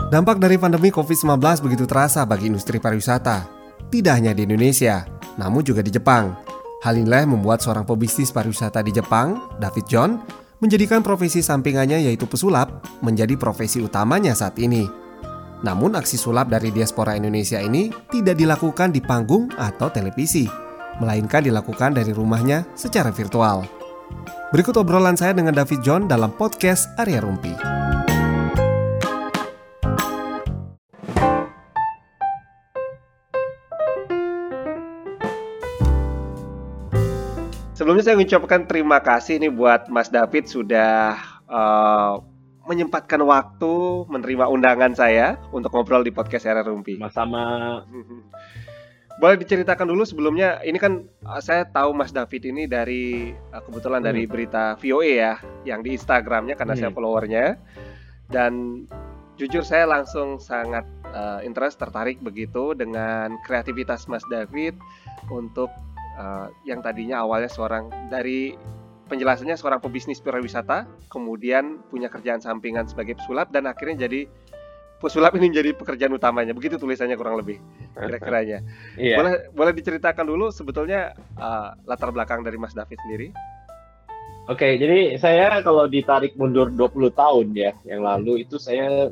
Dampak dari pandemi COVID-19 begitu terasa bagi industri pariwisata. Tidak hanya di Indonesia, namun juga di Jepang. Hal inilah yang membuat seorang pebisnis pariwisata di Jepang, David John, menjadikan profesi sampingannya yaitu pesulap menjadi profesi utamanya saat ini. Namun aksi sulap dari diaspora Indonesia ini tidak dilakukan di panggung atau televisi, melainkan dilakukan dari rumahnya secara virtual. Berikut obrolan saya dengan David John dalam podcast Area Rumpi. Sebelumnya saya mengucapkan terima kasih nih buat Mas David sudah menyempatkan waktu menerima undangan saya untuk ngobrol di podcast Area Rumpi. Sama-sama. Boleh diceritakan dulu sebelumnya, ini kan saya tahu Mas David ini dari kebetulan dari berita VOA ya, yang di Instagramnya karena saya followernya. Dan jujur saya langsung sangat tertarik begitu dengan kreativitas Mas David untuk yang tadinya awalnya dari penjelasannya seorang pebisnis pariwisata, kemudian punya kerjaan sampingan sebagai pesulap dan akhirnya jadi pesulap ini menjadi pekerjaan utamanya. Begitu tulisannya kurang lebih kira-kiranya. Iya. Boleh diceritakan dulu sebetulnya latar belakang dari Mas David sendiri? Oke, jadi saya kalau ditarik mundur 20 tahun ya yang lalu itu saya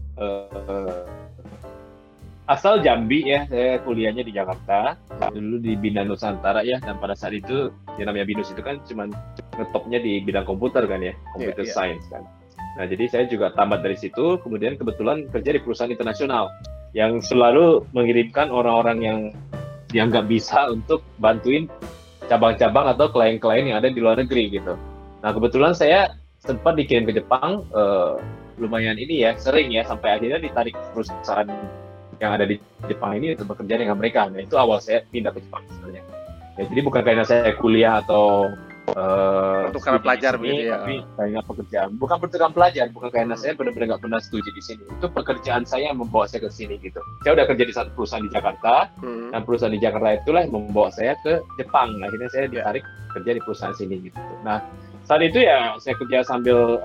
asal Jambi ya, saya kuliahnya di Jakarta, dulu di Bina Nusantara ya, dan pada saat itu, yang namanya BINUS itu kan cuma ngetopnya di bidang komputer kan ya, computer science kan. Nah jadi saya juga tamat dari situ, kemudian kebetulan kerja di perusahaan internasional, yang selalu mengirimkan orang-orang yang dianggap bisa untuk bantuin cabang-cabang atau klien-klien yang ada di luar negeri gitu. Nah kebetulan saya sempat dikirim ke Jepang, lumayan ini ya, sering ya, sampai akhirnya ditarik perusahaan yang ada di Jepang ini untuk bekerja dengan mereka. Nah itu awal saya pindah ke Jepang sebenarnya. Ya, jadi bukan karena saya kuliah atau pertukaran pelajar begitu ya. Tapi karena pekerjaan. Bukan pertukaran pelajar, bukan karena saya benar-benar nggak pernah studi di sini. Itu pekerjaan saya yang membawa saya ke sini gitu. Saya udah kerja di satu perusahaan di Jakarta, dan perusahaan di Jakarta itulah yang membawa saya ke Jepang. Akhirnya saya ditarik kerja di perusahaan sini gitu. Nah saat itu ya saya kerja sambil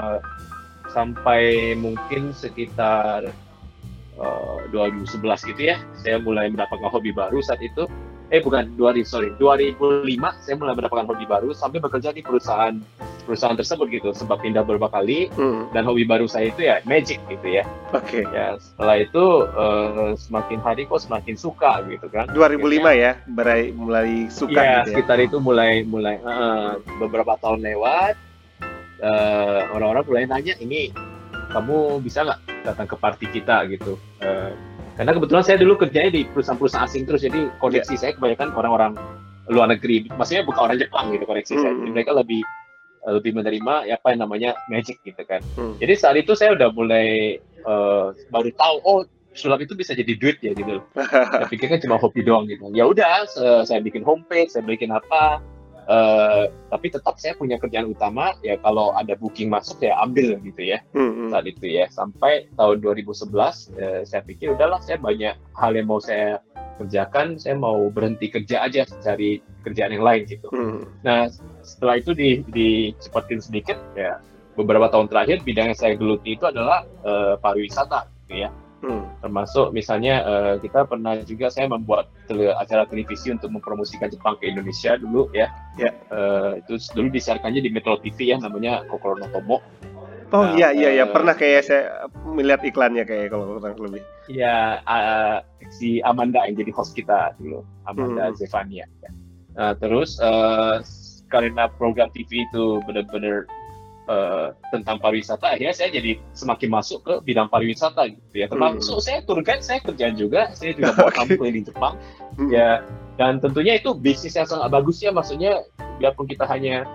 sampai mungkin sekitar 2011 gitu ya, saya mulai mendapatkan hobi baru saat itu. 2005 saya mulai mendapatkan hobi baru sampai bekerja di perusahaan tersebut gitu, sempat pindah beberapa kali. Dan hobi baru saya itu ya magic gitu ya. Oke. Ya setelah itu semakin hari kok semakin suka gitu kan. 2005 ya, mulai suka ya, gitu ya. Sekitar itu mulai beberapa tahun lewat, orang-orang mulai nanya, ini kamu bisa nggak datang ke party kita gitu, karena kebetulan saya dulu kerjanya di perusahaan-perusahaan asing terus, jadi koneksi saya kebanyakan orang-orang luar negeri, maksudnya bukan orang Jepang gitu koneksi saya, jadi mereka lebih menerima apa yang namanya magic gitu kan. Jadi saat itu saya udah mulai baru tahu sulap itu bisa jadi duit ya gitu. Saya pikir kan cuma hobi doang gitu. Ya udah, saya bikin homepage, saya bikin apa. Tapi tetap saya punya kerjaan utama ya, kalau ada booking masuk ya ambil gitu ya. Saat itu ya sampai tahun 2011 saya pikir udahlah, saya banyak hal yang mau saya kerjakan, saya mau berhenti kerja aja, cari kerjaan yang lain gitu. Nah setelah itu dicepetin sedikit ya, beberapa tahun terakhir bidang yang saya geluti itu adalah pariwisata gitu ya. Termasuk misalnya kita pernah juga, saya membuat acara televisi untuk mempromosikan Jepang ke Indonesia dulu ya. Itu dulu disiarkannya di Metro TV ya, namanya Kokoro no Tomo. Iya, pernah kayak saya melihat iklannya kayak kalau kurang lebih. Iya, si Amanda yang jadi host kita dulu, Amanda Zevania. Terus karena program TV itu benar-benar tentang pariwisata, akhirnya saya jadi semakin masuk ke bidang pariwisata gitu ya. Termasuk saya tour guide, saya kerjaan juga, saya juga bawa tamu keliling Jepang ya. Dan tentunya itu bisnis yang sangat bagus ya, maksudnya biarpun kita hanya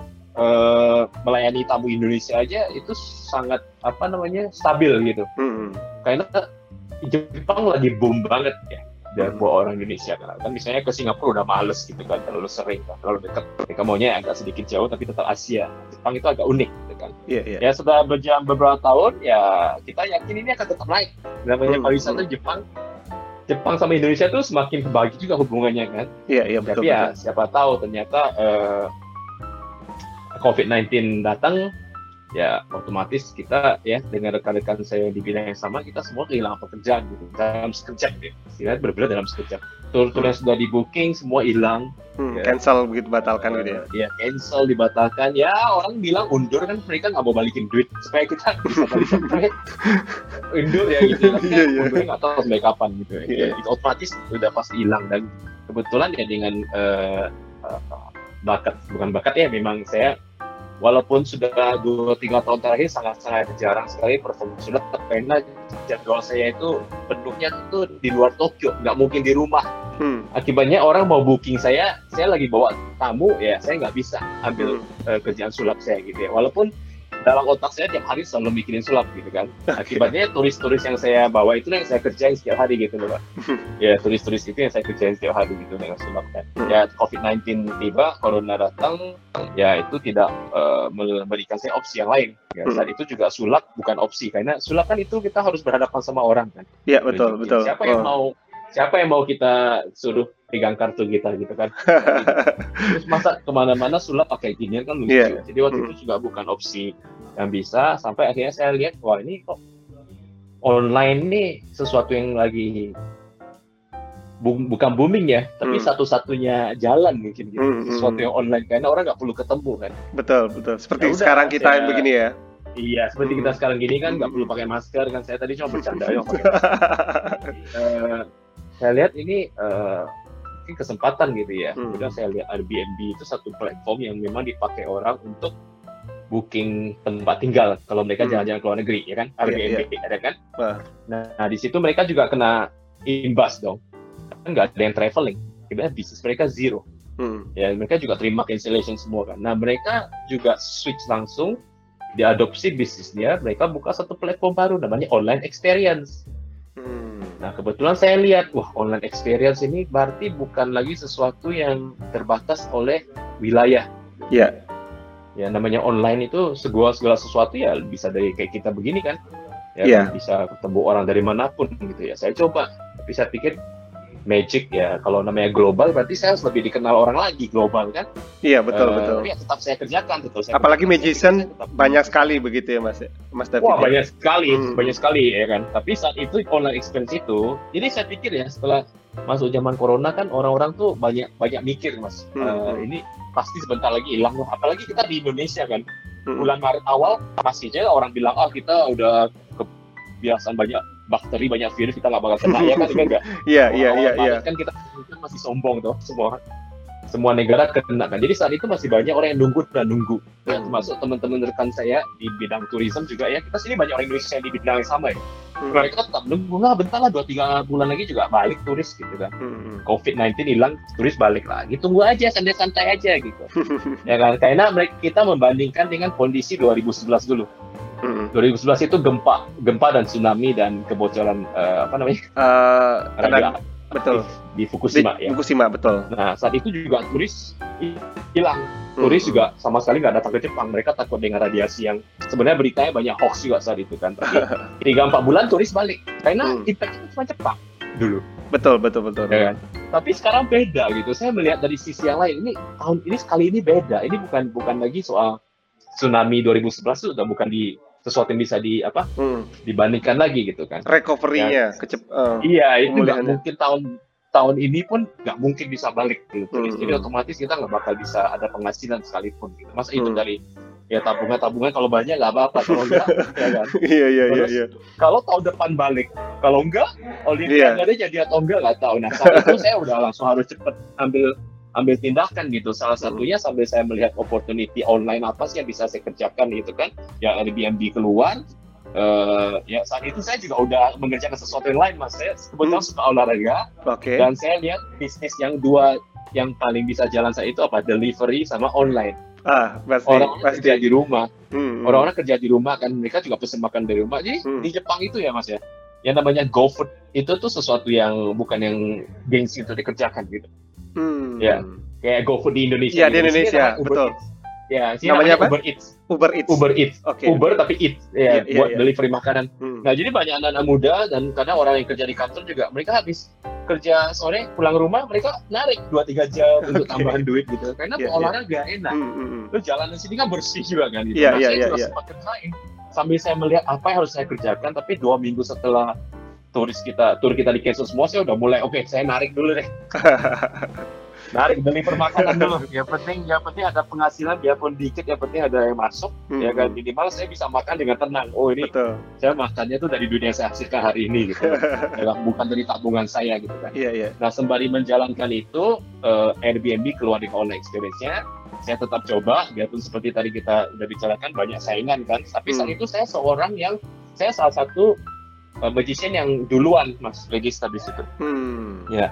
melayani tamu Indonesia aja, itu sangat stabil gitu. Karena Jepang lagi boom banget ya buat orang Indonesia kan misalnya ke Singapura udah males gitu kan, terlalu sering kan, terlalu dekat. Mereka maunya agak sedikit jauh tapi tetap Asia. Jepang itu agak unik gitu kan. Ya setelah berjalan beberapa tahun ya kita yakin ini akan tetap naik. Namanya pariwisata Jepang sama Indonesia tuh semakin kebagi juga hubungannya kan. Betul. Tapi ya siapa tahu ternyata COVID-19 datang, ya otomatis kita ya dengan rekan-rekan saya di bidang yang sama, kita semua kehilangan pekerjaan gitu dalam sekejap ya, istilahnya benar-benar dalam sekejap. Tur-tur yang sudah di booking semua hilang, cancel begitu, batalkan gitu ya. Ya cancel, dibatalkan, ya orang bilang undur kan, mereka nggak mau balikin duit supaya kita bisa balikin duit, undur ya gitu, tapi undurnya nggak tahu sampai kapan gitu ya. Itu otomatis udah pasti hilang. Dan kebetulan ya dengan bukan bakat ya, memang saya walaupun sudah 2-3 tahun terakhir sangat-sangat jarang sekali perform sudah, karena jadwal saya itu penuhnya itu di luar Tokyo, nggak mungkin di rumah. Akibatnya orang mau booking saya lagi bawa tamu, ya saya nggak bisa ambil kerjaan sulap saya gitu ya. Walaupun dalam otak saya tiap hari selalu mikirin sulap gitu kan. Akibatnya turis-turis yang saya bawa itu yang saya kerjain setiap hari gitu loh Pak. Ya turis-turis itu yang saya kerjain setiap hari gitu dengan sulap kan. Ya COVID-19 tiba, Corona datang, ya itu tidak memberikan saya opsi yang lain. Ya, saat itu juga sulap bukan opsi, karena sulap kan itu kita harus berhadapan sama orang kan. Iya betul. Siapa yang mau kita suruh pegang kartu kita gitu kan. Terus masa kemana-mana sulap pakai ginian kan lucu. Yeah. Jadi waktu itu juga bukan opsi yang bisa, sampai akhirnya saya lihat, wah ini kok online nih sesuatu yang lagi bukan booming ya, tapi satu-satunya jalan mungkin gitu. Sesuatu yang online, karena orang nggak perlu ketemu kan. Betul. Seperti ya sekarang kita yang begini ya. Iya, seperti kita sekarang gini kan nggak perlu pakai masker kan. Saya tadi cuma bercanda ya pakai saya lihat ini mungkin kesempatan gitu ya. Kemudian saya lihat Airbnb itu satu platform yang memang dipakai orang untuk booking tempat tinggal kalau mereka jalan-jalan ke luar negeri ya kan. Airbnb ada kan. Nah di situ mereka juga kena imbas dong. Kan nggak ada yang traveling. Sebenarnya bisnis mereka zero. Ya mereka juga terima cancellation semua kan. Nah mereka juga switch langsung, diadopsi bisnisnya. Mereka buka satu platform baru namanya online experience. Nah kebetulan saya lihat, wah online experience ini berarti bukan lagi sesuatu yang terbatas oleh wilayah. Iya. Ya namanya online itu segala sesuatu ya bisa dari kayak kita begini kan. Ya bisa ketemu orang dari manapun gitu ya. Saya coba, tapi saya pikir magic ya, kalau namanya global berarti saya harus lebih dikenal orang lagi, global kan. Iya betul. Tapi ya tetap saya kerjakan. Apalagi magician banyak sekali begitu ya Mas David. Wah banyak sekali ya kan. Tapi saat itu online experience itu, jadi saya pikir ya setelah masuk zaman corona kan orang-orang tuh banyak mikir Mas. Ini pasti sebentar lagi hilang loh. Apalagi kita di Indonesia kan. Bulan Maret awal masih aja orang bilang kita udah kebiasaan banyak bakteri, banyak virus, kita nggak bakal kena ya kan, enggak? Iya. Kan kita masih sombong tuh, semua negara kena kan. Jadi saat itu masih banyak orang yang nunggu. Ya, termasuk teman-teman rekan saya di bidang tourism juga ya. Kita sini banyak orang Indonesia yang di bidang yang sama ya. Mereka tetap nunggu, bentar lah 2-3 bulan lagi juga balik turis gitu kan. COVID-19 hilang, turis balik lagi. Tunggu aja, santai-santai aja gitu. Ya kan, karena kita membandingkan dengan kondisi 2011 dulu. 2011 itu gempa dan tsunami dan kebocoran betul di Fukushima ya. Fukushima betul. Nah saat itu juga turis hilang. Turis juga sama sekali nggak datang ke Jepang. Mereka takut dengan radiasi yang sebenarnya beritanya banyak hoax juga saat itu kan. Tapi 3-4 bulan turis balik karena impactnya cuma Jepang dulu. Betul. Ya kan? Tapi sekarang beda gitu. Saya melihat dari sisi yang lain. Ini tahun ini sekali ini beda. Ini bukan lagi soal tsunami 2011 itu udah bukan sesuatu yang bisa dibandingkan lagi gitu kan. Recovery-nya iya, itu nggak mungkin tahun ini pun nggak mungkin bisa balik gitu. Jadi otomatis kita nggak bakal bisa ada penghasilan sekalipun gitu. Masa itu dari ya tabungan kalau banyak nggak apa-apa, kalau enggak ya kan. Iya. Kalau tahun depan balik, kalau enggak Olimpiade jadi atau enggak nggak tahu. Nah saat itu saya udah langsung harus cepet ambil tindakan gitu. Salah satunya sambil saya melihat opportunity online apa sih yang bisa saya kerjakan gitu kan. Ya Airbnb keluar. Ya saat itu saya juga udah mengerjakan sesuatu yang lain Mas. Saya kebetulan suka olahraga. Dan saya lihat bisnis yang paling bisa jalan saya itu apa? Delivery sama online. Orang-orang kerja di rumah. Orang-orang kerja di rumah kan, mereka juga pesen makan dari rumah. Jadi di Jepang itu ya Mas ya, yang namanya GoFood itu tuh sesuatu yang bukan yang gengsi untuk dikerjakan gitu. Ya, kayak GoFood di Indonesia. Iya, di Indonesia, betul. Ya, namanya apa? Uber Eats. Okay. Uber tapi Eats, buat delivery makanan. Nah, jadi banyak anak-anak muda dan kadang orang yang kerja di kantor juga, mereka habis kerja sore pulang rumah mereka narik 2-3 jam untuk tambahan duit gitu karena olahraga enak. Terus jalan di sini kan bersih juga kan gitu. Saya juga sempat kerjain sambil saya melihat apa yang harus saya kerjakan, tapi 2 minggu setelah tur kita di cancel semua, saya udah mulai saya narik dulu deh. Narik beli permakanan dulu. Yang penting ada penghasilan, biarpun dikit, yang penting ada yang masuk. Ya kan, minimal saya bisa makan dengan tenang. Oh ini betul. Saya makannya tuh dari dunia yang saya hasilkan hari ini gitu. Bukan dari tabungan saya gitu kan. Nah sembari menjalankan itu, Airbnb keluar di online experience-nya, saya tetap coba, biarpun seperti tadi kita udah bicarakan banyak saingan kan. Tapi saat itu saya salah satu magician yang duluan Mas register di situ. Ya.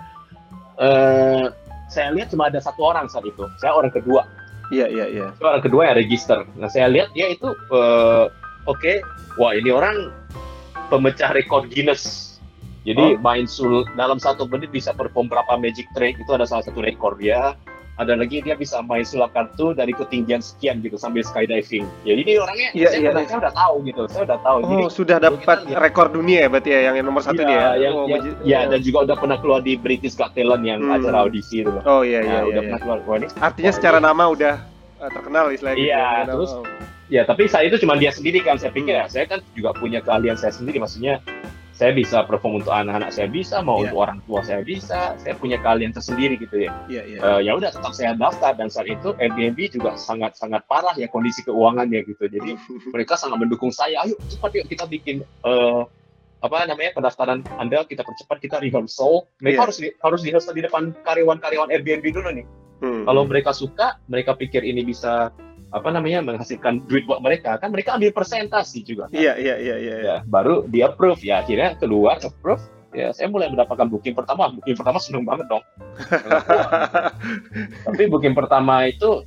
Saya lihat cuma ada 1 orang saat itu. Saya orang kedua. Saya orang kedua yang register. Nah, saya lihat dia itu wah ini orang pemecah rekor Guinness. Jadi main dalam 1 menit bisa perform berapa magic trick, itu ada salah satu rekor dia. Ada lagi dia bisa main sulap kartu dari ketinggian sekian gitu sambil skydiving. Jadi ini orangnya saya udah tahu gitu. Saya udah tahu. Jadi sudah dapat rekor dunia ya berarti ya yang nomor 1 dia. Dan juga udah pernah keluar di British Got Talent yang acara audisi itu. Udah pernah keluar. Artinya secara nama udah terkenal istilahnya. Terus tapi saat itu cuma dia sendiri kan. Saya pikir saya kan juga punya keahlian saya sendiri, maksudnya saya bisa perform untuk anak-anak saya bisa, mau untuk orang tua saya bisa, saya punya keahlian tersendiri gitu ya. Ya udah tetap saya daftar, dan saat itu Airbnb juga sangat parah ya kondisi keuangannya gitu. Jadi mereka sangat mendukung saya. Ayo cepat yuk kita bikin pendaftaran Anda kita percepat, kita rehearsal. Mereka harus rehearsal di depan karyawan Airbnb dulu nih. Kalau mereka suka, mereka pikir ini bisa menghasilkan duit buat mereka, kan mereka ambil persentase juga kan? Ya, baru di approve ya, akhirnya keluar approve ya, saya mulai mendapatkan booking pertama seneng banget dong. Tapi booking pertama itu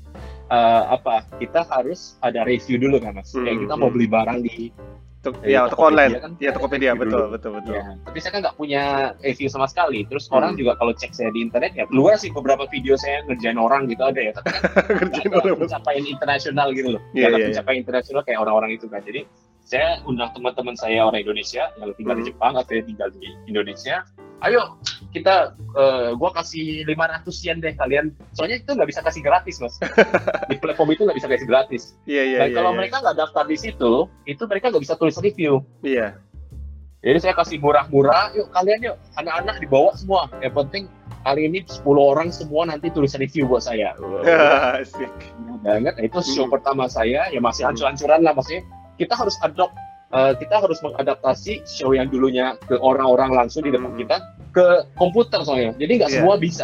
kita harus ada review dulu kan Mas, kayak kita mau beli barang di toko online kan, Tokopedia betul. Ya, tapi saya kan nggak punya review sama sekali. Terus orang juga kalau cek saya di internet ya keluar sih beberapa video saya ngerjain orang gitu ada ya, tapi kan nggak pencapaian internasional gitu loh. Nggak ada pencapaian internasional kayak orang-orang itu kan. Jadi saya undang teman-teman saya orang Indonesia yang tinggal di Jepang atau yang tinggal di Indonesia. Ayo kita, gua kasih 500 yen deh kalian. Soalnya itu nggak bisa kasih gratis Mas. Di platform itu nggak bisa kasih gratis. Dan kalau mereka nggak daftar di situ, itu mereka nggak bisa tulis review. Jadi saya kasih murah-murah. Yuk kalian yuk, anak-anak dibawa semua. Yang penting kali ini 10 orang semua nanti tulis review buat saya. Asik. Banget. Itu show pertama saya. Ya masih hancur-hancuran lah maksudnya. Kita harus mengadaptasi show yang dulunya ke orang-orang langsung di depan kita ke komputer soalnya. Jadi nggak semua bisa.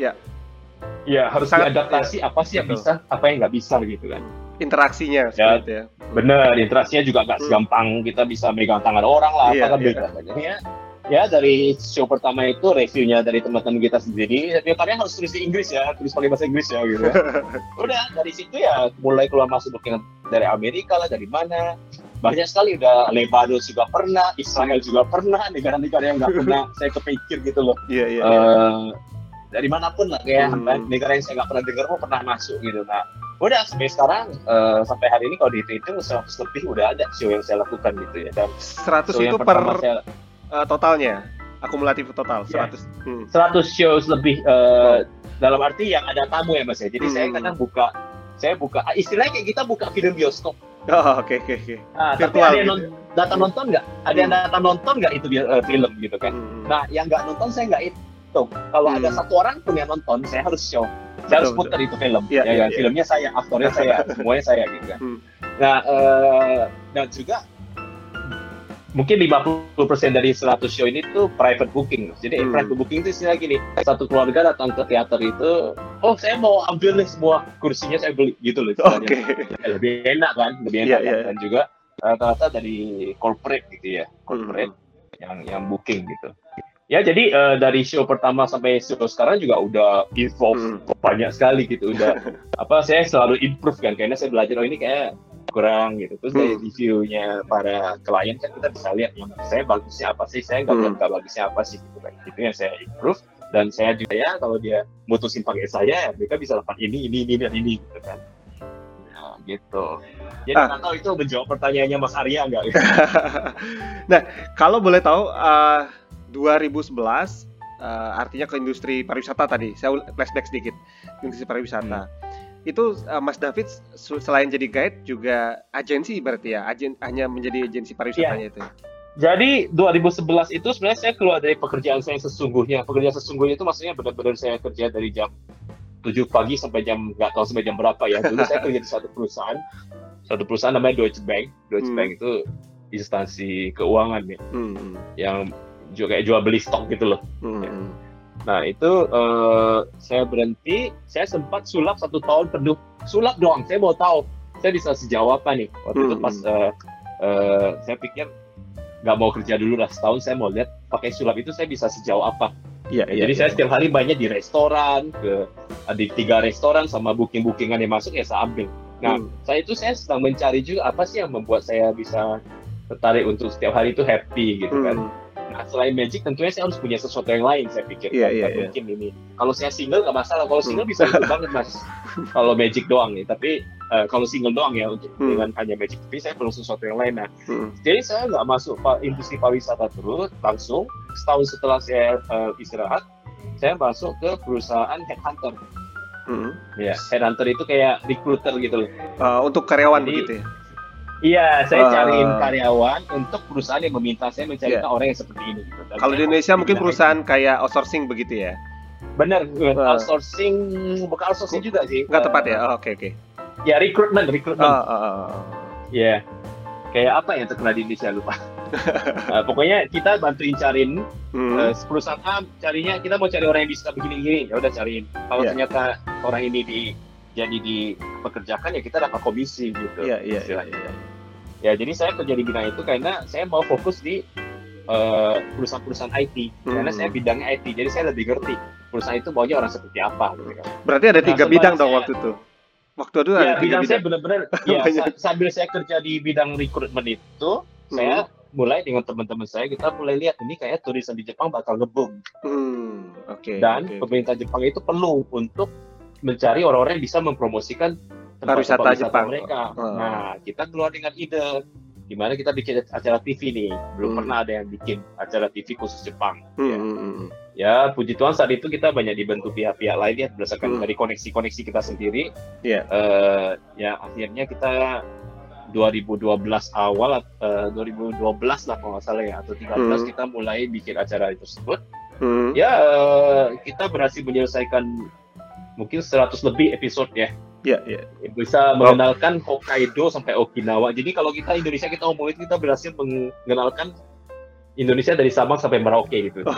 Ya harus diadaptasi apa sih yang bisa, apa yang nggak bisa gitu kan. Interaksinya seperti itu ya. Bener, interaksinya juga nggak segampang kita bisa megang tangan orang lah. Beda. Ya dari show pertama itu reviewnya dari teman-teman kita sendiri. Tapi kalian harus tulis di Inggris ya, tulis pakai bahasa Inggris ya gitu. Udah dari situ ya mulai keluar masuk booking dari Amerika lah, dari mana. Banyak sekali, udah Lebanon juga pernah, Israel juga pernah, negara-negara yang nggak pernah saya kepikir gitu loh. Dari manapun lah kayak negara yang saya nggak pernah dengar pun pernah masuk gitu. Nah udah sampai sekarang, sampai hari ini kalau dihitung 100 lebih udah ada show yang saya lakukan gitu ya. Dan 100 itu per totalnya, akumulatif total 100. 100 show lebih, dalam arti yang ada tamu ya Mas ya. Jadi saya kadang buka istilahnya kayak kita buka film bioskop. Oke. Nah, tapi ada yang data nonton nggak? Ada yang data nonton nggak itu film gitu kan? Nah, yang nggak nonton saya nggak hitung. Kalau ada 1 orang pun yang nonton, saya harus show. Saya harus putar itu film. Filmnya saya, aktornya saya, semuanya saya gitu kan. Nah, dan juga mungkin 50% dari 100 show ini tuh private booking. Jadi private booking itu istilah gini, satu keluarga datang ke teater itu, saya mau ambil nih semua kursinya, saya beli gitu loh. Lebih enak kan, Dan juga rata-rata dari corporate gitu ya, corporate yang booking gitu. Ya jadi dari show pertama sampai show sekarang juga udah evolve banyak sekali gitu. Udah saya selalu improve kan, karena saya belajar ini kayak kurang gitu. Terus dari reviewnya para klien kan kita bisa lihat yang saya bagusnya apa sih, saya nggak bagusnya apa sih gitu kan. Itu yang saya improve, dan saya juga ya kalau dia mutusin pakai saya, mereka bisa dapat ini dan ini gitu kan. Nah gitu. Jadi nggak tahu itu menjawab pertanyaannya Mas Arya nggak? Nah kalau boleh tahu, 2011 artinya ke industri pariwisata tadi. Saya flashback sedikit industri pariwisata. Itu Mas David selain jadi guide juga agensi berarti ya, hanya menjadi agensi pariwisatanya itu. Jadi 2011 itu sebenarnya saya keluar dari pekerjaan saya sesungguhnya. Pekerjaan sesungguhnya itu maksudnya benar-benar saya kerja dari jam 7 pagi sampai jam nggak tahu sampai jam berapa ya. Dulu saya kerja di satu perusahaan namanya Deutsche Bank. Deutsche Bank itu instansi keuangan ya, yang juga kayak jual beli stok gitu loh. Ya. Nah itu saya berhenti, saya sempat sulap 1 tahun penuh. Sulap doang, saya mau tahu saya bisa sejauh apa nih. Waktu itu pas saya pikir nggak mau kerja dulu lah, setahun saya mau lihat pakai sulap itu saya bisa sejauh apa. Jadi saya setiap hari banyak di restoran, ada 3 restoran sama bookingan yang masuk ya saya ambil. Nah saya sedang mencari juga apa sih yang membuat saya bisa tertarik untuk setiap hari itu happy gitu kan. Nah, selain Magic tentunya saya harus punya sesuatu yang lain, saya pikir. Mungkin ini. Kalau saya single nggak masalah, kalau single bisa hidup banget Mas. Kalau Magic doang nih, tapi kalau single doang ya untuk dengan hanya Magic, tapi saya perlu sesuatu yang lain. Nah, jadi saya nggak masuk industri pariwisata terus, langsung setahun setelah saya istirahat, saya masuk ke perusahaan headhunter. Ya, headhunter itu kayak recruiter gitu loh. Untuk karyawan begitu ya? Iya, saya cariin karyawan untuk perusahaan yang meminta saya mencarikan orang yang seperti ini. Gitu. Kalau di Indonesia mungkin perusahaan kayak outsourcing begitu ya? Benar, outsourcing, bukan outsourcing juga sih. Nggak tepat ya? Oke. Ya, recruitment. Ya, kayak apa yang terkenal di Indonesia lupa. Pokoknya kita bantuin cariin perusahaan A, carinya kita mau cari orang yang bisa begini-gini, ya udah cariin. Kalau ternyata orang ini jadi dipekerjakan ya kita dapat komisi gitu. Iya. Ya jadi saya kerja di bidang itu karena saya mau fokus di perusahaan-perusahaan IT. Karena saya bidangnya IT, jadi saya lebih ngerti perusahaan itu maunya orang seperti apa. Gitu kan. Berarti ada 3 bidang dong waktu itu. Waktu itu ada 3 bidang. Saya benar-benar sambil saya kerja di bidang rekrutmen itu, saya mulai dengan teman-teman saya kita mulai lihat ini kayak turisme di Jepang bakal nge-boom. Dan pemerintah Jepang itu perlu untuk mencari orang-orang yang bisa mempromosikan pariwisata Jepang mereka. Nah, kita keluar dengan ide di mana kita bikin acara TV nih. Belum pernah ada yang bikin acara TV khusus Jepang. Ya, puji Tuhan saat itu kita banyak dibantu pihak-pihak lain ya berdasarkan dari koneksi-koneksi kita sendiri. Ya, akhirnya kita 2012 awal 2012 lah kalau nggak salah ya atau 13 kita mulai bikin acara tersebut. Ya, kita berhasil menyelesaikan mungkin 100 lebih episode ya. Bisa mengenalkan Hokkaido sampai Okinawa. Jadi kalau kita Indonesia kita ngomongin kita berhasil mengenalkan Indonesia dari Sabang sampai Merauke gitu.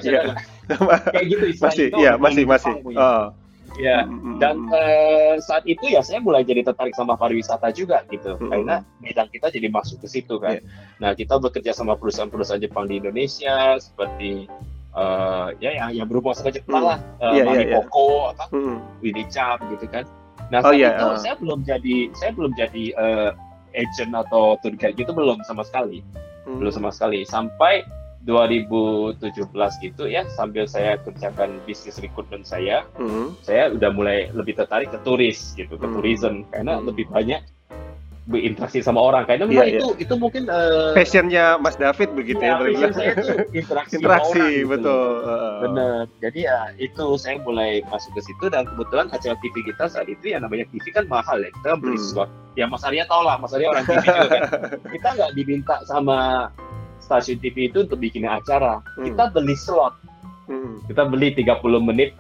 Kayak gitu istilahnya. Masih. Ya. Dan saat itu ya saya mulai jadi tertarik sama pariwisata juga gitu. Karena bidang kita jadi masuk ke situ kan. Nah, kita bekerja sama perusahaan-perusahaan Jepang di Indonesia seperti yang berhubungan sama Jepang lah, Maripoko, Winicap gitu kan. Nah saat itu saya belum jadi agent atau tour guide gitu belum sama sekali, sampai 2017 gitu ya sambil saya kerjakan bisnis rekrutmen saya udah mulai lebih tertarik ke turis gitu, ke tourism karena lebih banyak berinteraksi sama orang karena memang itu mungkin passionnya Mas David begitu ya. Passion saya itu interaksi orang, gitu. Betul. Benar. Jadi ya itu saya mulai masuk ke situ dan kebetulan acara TV kita saat itu yang namanya TV kan mahal ya, kita beli slot. Ya Mas Arya tau lah, Mas Arya orang TV juga kan. Kita nggak diminta sama stasiun TV itu untuk bikin acara, kita beli slot. Kita beli 30 menit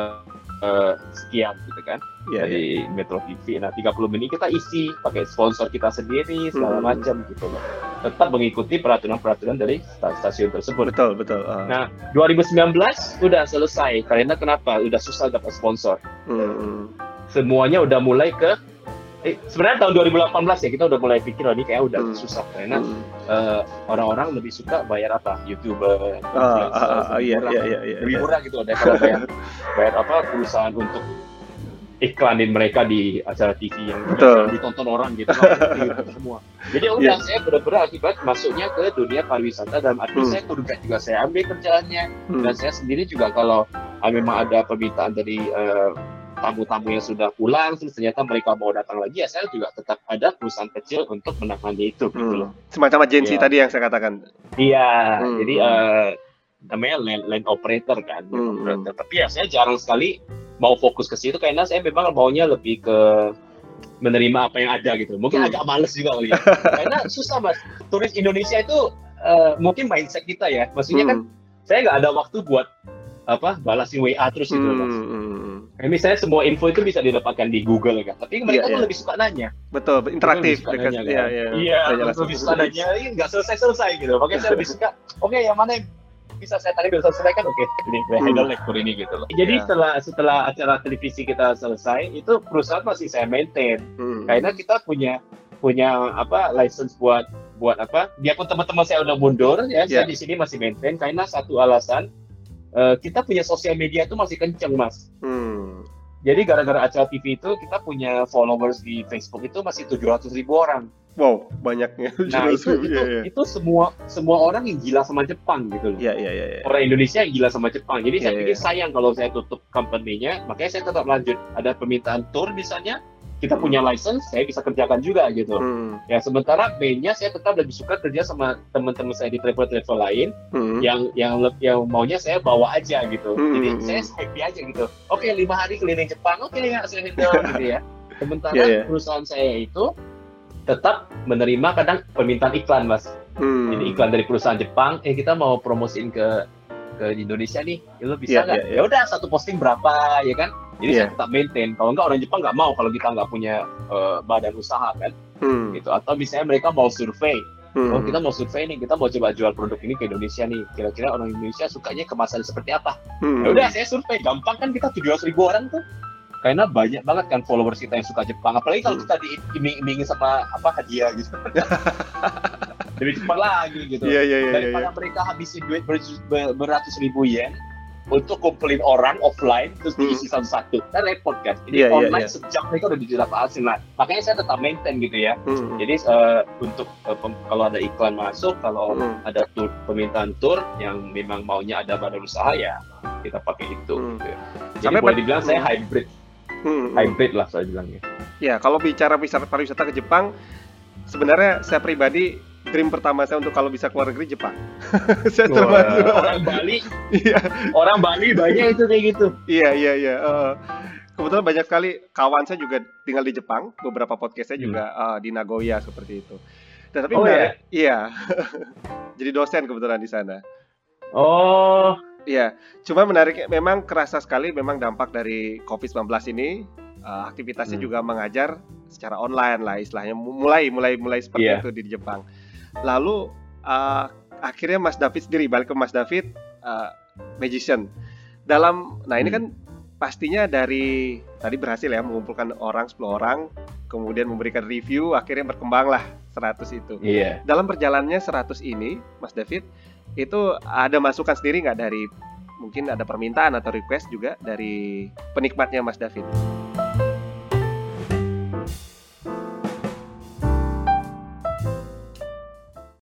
sekian gitu kan dari Metro TV. Nah 30 menit kita isi pakai sponsor kita sendiri segala macam gitu loh. Tetap mengikuti peraturan-peraturan dari stasiun tersebut. Betul. Nah 2019 udah selesai karena kenapa? Udah susah dapat sponsor. Semuanya udah mulai ke sebenarnya tahun 2018 ya kita udah mulai pikir ini kayak udah susah karena orang-orang lebih suka bayar apa YouTuber, lebih murah gitu ada kalau bayar apa perusahaan untuk iklanin mereka di acara TV yang ditonton orang gitu semua. Jadi udah saya benar-benar akibat masuknya ke dunia pariwisata dalam arti saya tour guide juga saya ambil kerjaannya dan saya sendiri juga kalau memang ada permintaan dari tamu-tamu yang sudah pulang terus ternyata mereka mau datang lagi ya saya juga tetap ada perusahaan kecil untuk menangani itu gitu loh. Semacam agensi tadi yang saya katakan. Iya, jadi namanya land operator kan, operator. Tapi ya saya jarang sekali mau fokus ke situ karena saya memang maunya lebih ke menerima apa yang ada gitu. Mungkin agak males juga kali ya. Karena susah Mas. Turis Indonesia itu mungkin mindset kita ya. Maksudnya kan saya nggak ada waktu buat balasin WA terus gitu Mas. Kayak misalnya semua info itu bisa didapatkan di Google kan. Tapi mereka tuh lebih suka nanya. Betul, interaktif. Iya, lebih suka nanya. Ini nggak selesai gitu. Makanya saya lebih suka, oke, yang mana yang bisa saya tadi bisa selesaikan, oke, ini handle lektur ini gitu loh. Jadi setelah acara televisi kita selesai, itu perusahaan masih saya maintain. Karena kita punya license buat biarpun teman-teman saya udah mundur ya, saya di sini masih maintain karena satu alasan kita punya sosial media itu masih kenceng Mas. Jadi gara-gara acara TV itu kita punya followers di Facebook itu masih 700.000 orang. Wow, banyaknya. Nah itu semua orang yang gila sama Jepang gitu loh. Iya. Orang Indonesia yang gila sama Jepang. Jadi saya pikir sayang kalau saya tutup company-nya, makanya saya tetap lanjut. Ada permintaan tour misalnya, kita punya license, saya bisa kerjakan juga gitu. Ya sementara mainnya saya tetap lebih suka kerja sama teman-teman saya di travel lain yang maunya saya bawa aja gitu. Jadi saya happy aja gitu. Oke, 5 hari keliling Jepang, oke ya saya handle gitu ya. Sementara perusahaan saya itu tetap menerima kadang permintaan iklan Mas. Jadi iklan dari perusahaan Jepang, kita mau promosiin ke Indonesia nih, lo bisa nggak? Ya udah, satu posting berapa ya kan? Jadi saya tetap maintain. Kalau nggak, orang Jepang nggak mau kalau kita nggak punya badan usaha kan, gitu. Atau misalnya mereka mau survei, kita mau survei nih, kita mau coba jual produk ini ke Indonesia nih. Kira-kira orang Indonesia sukanya kemasan seperti apa? Ya udah, saya survei. Gampang kan, kita 700.000 orang tuh. Karena banyak banget kan followers kita yang suka Jepang. Apalagi kalau kita diiming-imingin sama hadiah gitu. Lebih cepat lagi gitu. Daripada mereka habisin duit beratus ribu yen untuk kumpulin orang offline terus diisi satu-satu, kan repot kan. Jadi online sejak mereka udah didapat. Nah, makanya saya tetap maintain gitu ya. Jadi untuk kalau ada iklan masuk, kalau ada permintaan tour yang memang maunya ada badan usaha, ya kita pakai itu. Gitu. Jadi boleh dibilang saya hybrid lah saya bilangnya. Ya, kalau bicara pariwisata ke Jepang, sebenarnya saya pribadi dream pertama saya untuk kalau bisa keluar negeri Jepang. Saya termasuk orang Bali. Orang Bali banyak itu kayak gitu. Iya. Kebetulan banyak sekali kawan saya juga tinggal di Jepang. Beberapa podcast saya juga di Nagoya seperti itu. Tapi menarik, iya. Jadi dosen kebetulan di sana. Oh. Iya, cuma menarik, memang kerasa sekali memang dampak dari COVID-19 ini. Aktivitasnya juga mengajar secara online lah istilahnya, mulai seperti itu di Jepang. Lalu akhirnya Mas David sendiri, balik ke Mas David, magician. Ini kan pastinya dari tadi berhasil ya mengumpulkan 10 orang, kemudian memberikan review, akhirnya berkembanglah 100 itu. Dalam perjalanannya 100 ini, Mas David, itu ada masukan sendiri nggak dari, mungkin ada permintaan atau request juga dari penikmatnya Mas David?